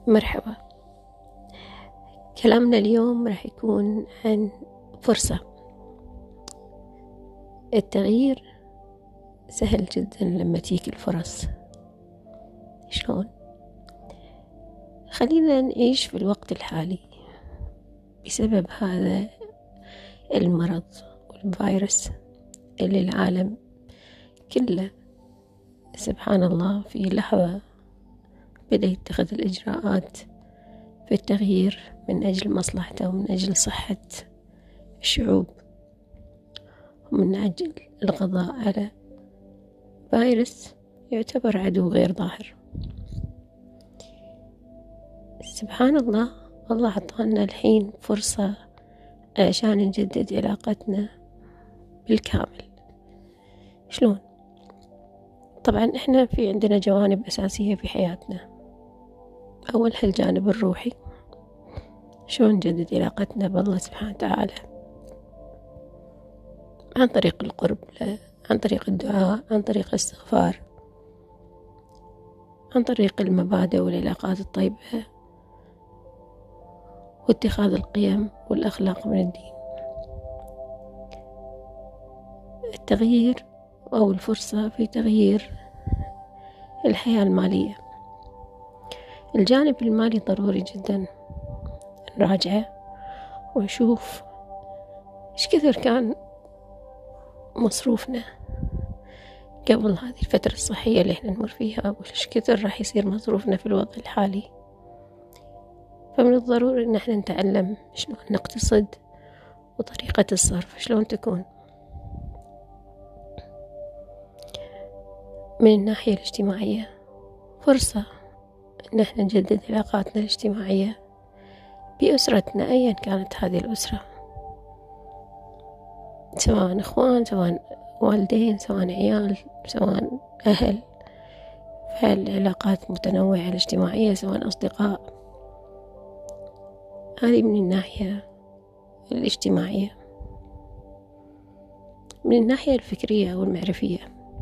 مرحبا. كلامنا اليوم راح يكون عن فرصة. التغيير سهل جدا لما تيجي الفرص. شلون؟ خلينا نعيش في الوقت الحالي بسبب هذا المرض والفيروس اللي العالم كله سبحان الله في لحظة بدأ يتخذ الإجراءات في التغيير من أجل مصلحته ومن أجل صحة الشعوب ومن أجل القضاء على فيروس يعتبر عدو غير ظاهر. سبحان الله، الله عطانا الحين فرصة عشان نجدد علاقتنا بالكامل. شلون؟ طبعا احنا في عندنا جوانب أساسية في حياتنا. أول الجانب الروحي، شلون نجدد علاقتنا بالله سبحانه وتعالى؟ عن طريق القرب له، عن طريق الدعاء، عن طريق الاستغفار، عن طريق المبادئ والعلاقات الطيبة واتخاذ القيم والأخلاق من الدين. التغيير أو الفرصة في تغيير الحياة المالية. الجانب المالي ضروري جدا نراجعه ونشوف إيش كثر كان مصروفنا قبل هذه الفترة الصحية اللي احنا نمر فيها، وإيش كثر راح يصير مصروفنا في الوضع الحالي. فمن الضروري إن احنا نتعلم شلون نقتصد وطريقة الصرف شلون تكون. من الناحية الاجتماعية، فرصة إن احنا نجدد علاقاتنا الاجتماعية بأسرتنا أيا كانت هذه الأسرة، سواء إخوان، سواء والدين، سواء عيال، سواء أهل. فالعلاقات متنوعة الاجتماعية، سواء أصدقاء. هذه من الناحية الاجتماعية. من الناحية الفكرية والمعرفية،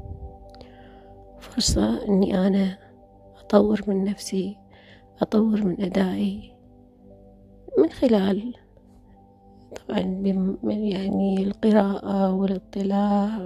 فرصة أني أنا أطور من نفسي، أطور من أدائي من خلال طبعا يعني القراءة والاطلاع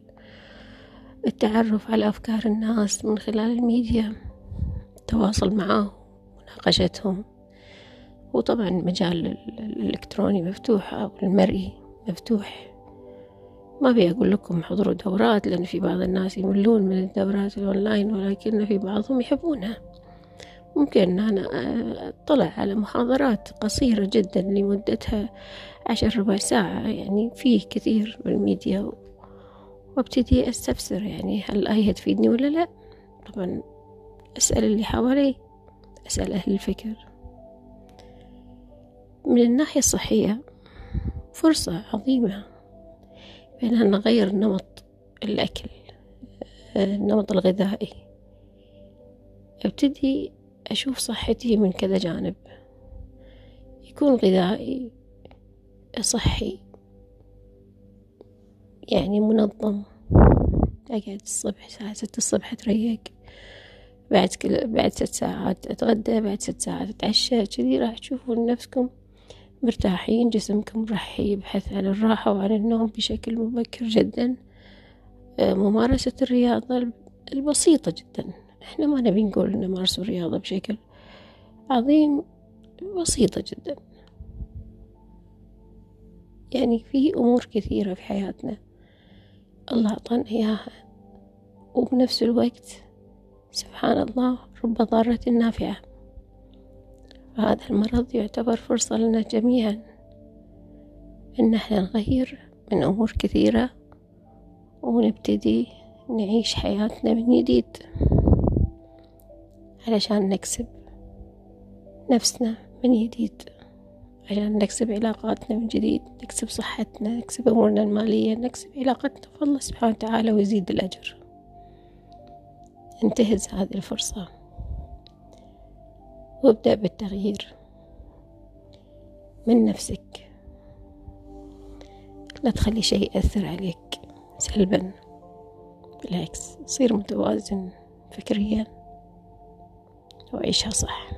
والتعرف على أفكار الناس من خلال الميديا، التواصل معهم مناقشتهم. وطبعا مجال الإلكتروني مفتوح أو المرئي مفتوح. ما بي أقول لكم حضروا دورات، لأن في بعض الناس يملون من الدورات الأونلاين، ولكن في بعضهم يحبونها. ممكن أن أنا أطلع على محاضرات قصيرة جدا لمدتها 10 ربع ساعة، يعني فيه كثير بالميديا، وابتدي أستفسر يعني هل هي تفيدني ولا لا. طبعا أسأل اللي حوالي، أسأل أهل الفكر. من الناحية الصحية، فرصة عظيمة بأن نغير نمط الأكل، النمط الغذائي. ابتدي أشوف صحتي من كذا جانب، يكون غذائي صحي يعني منظم. أقعد الصبح الساعة 6 الصبح أتريق، بعد 6 ساعات أتغدى، بعد 6 ساعات أتعشى. كذي راح تشوفون نفسكم مرتاحين، جسمكم راح يبحث عن الراحة وعن النوم بشكل مبكر جدا. ممارسة الرياضة البسيطة جدا، احنا ما نبي نقول نمارس الرياضة بشكل عظيم، بسيطة جدا. يعني في أمور كثيرة في حياتنا الله أعطانا إياها، وبنفس الوقت سبحان الله رب ضارة نافعة. فهذا المرض يعتبر فرصة لنا جميعا إن احنا نغير من أمور كثيرة ونبتدي نعيش حياتنا من جديد، علشان نكسب نفسنا من جديد، عشان نكسب علاقاتنا من جديد، نكسب صحتنا، نكسب أمورنا المالية، نكسب علاقتنا بالله سبحانه وتعالى ويزيد الأجر. انتهز هذه الفرصة وابدأ بالتغيير من نفسك. لا تخلي شيء يأثر عليك سلبا، بالعكس صير متوازن فكريا وعيشها صح.